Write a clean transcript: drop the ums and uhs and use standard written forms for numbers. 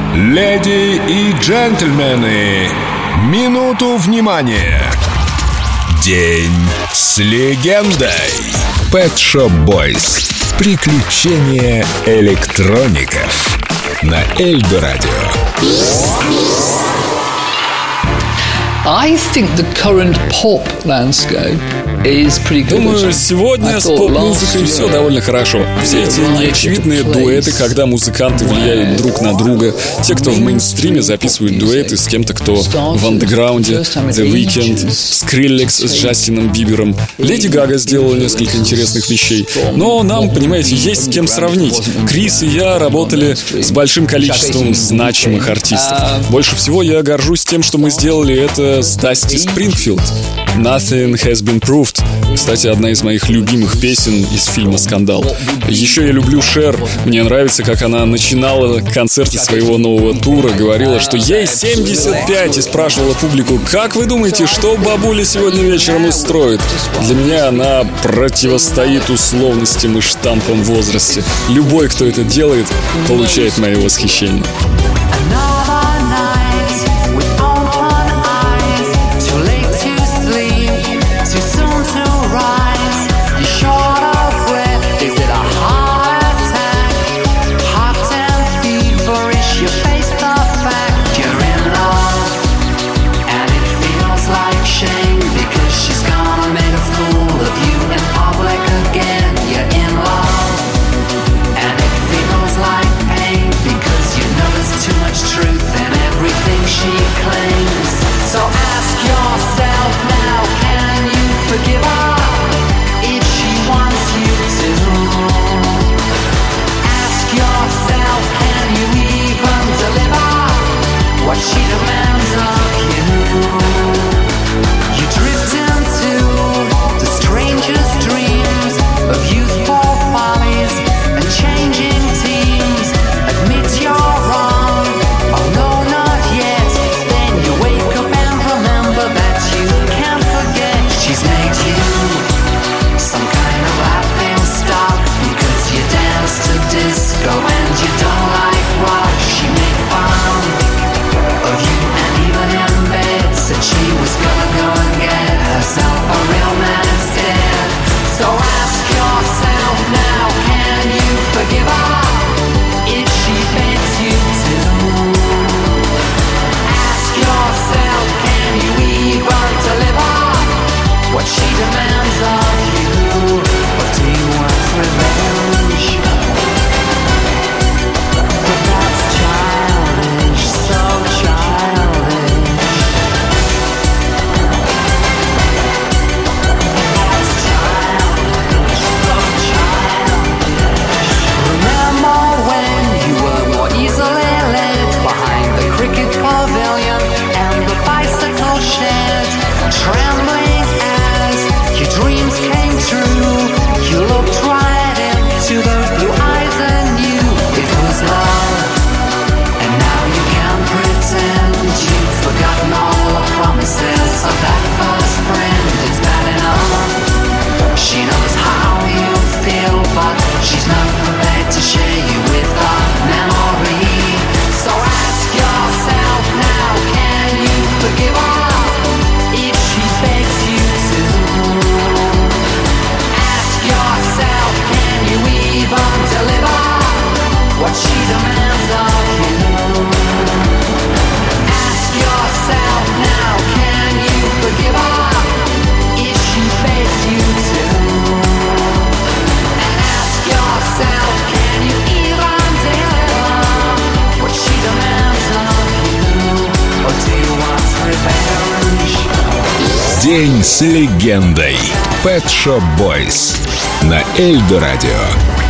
Леди и джентльмены, минуту внимания. День с легендой. Pet Shop Boys. Приключения электроников на Эльдо Радио. Думаю, сегодня с поп-музыкой все довольно хорошо. Все эти неочевидные дуэты, когда музыканты влияют друг на друга. Те, кто в мейнстриме, записывают дуэты с кем-то, кто в андеграунде. The Weeknd, Skrillex с Джастином Бибером. Леди Гага сделала несколько интересных вещей. Но нам, понимаете, есть с кем сравнить. Крис и я работали с большим количеством значимых артистов. Больше всего я горжусь тем, что мы сделали это с Дасти Спрингфилд. Nothing has been proved. Кстати, одна из моих любимых песен из фильма «Скандал». Еще я люблю Шер. Мне нравится, как она начинала концерты своего нового тура, говорила, что ей 75, и спрашивала публику: «Как вы думаете, что бабуля сегодня вечером устроит?» Для меня она противостоит условностям и штампам в возрасте. Любой, кто это делает, получает мое восхищение. День с легендой. Pet Shop Boys на Эльдо Радио.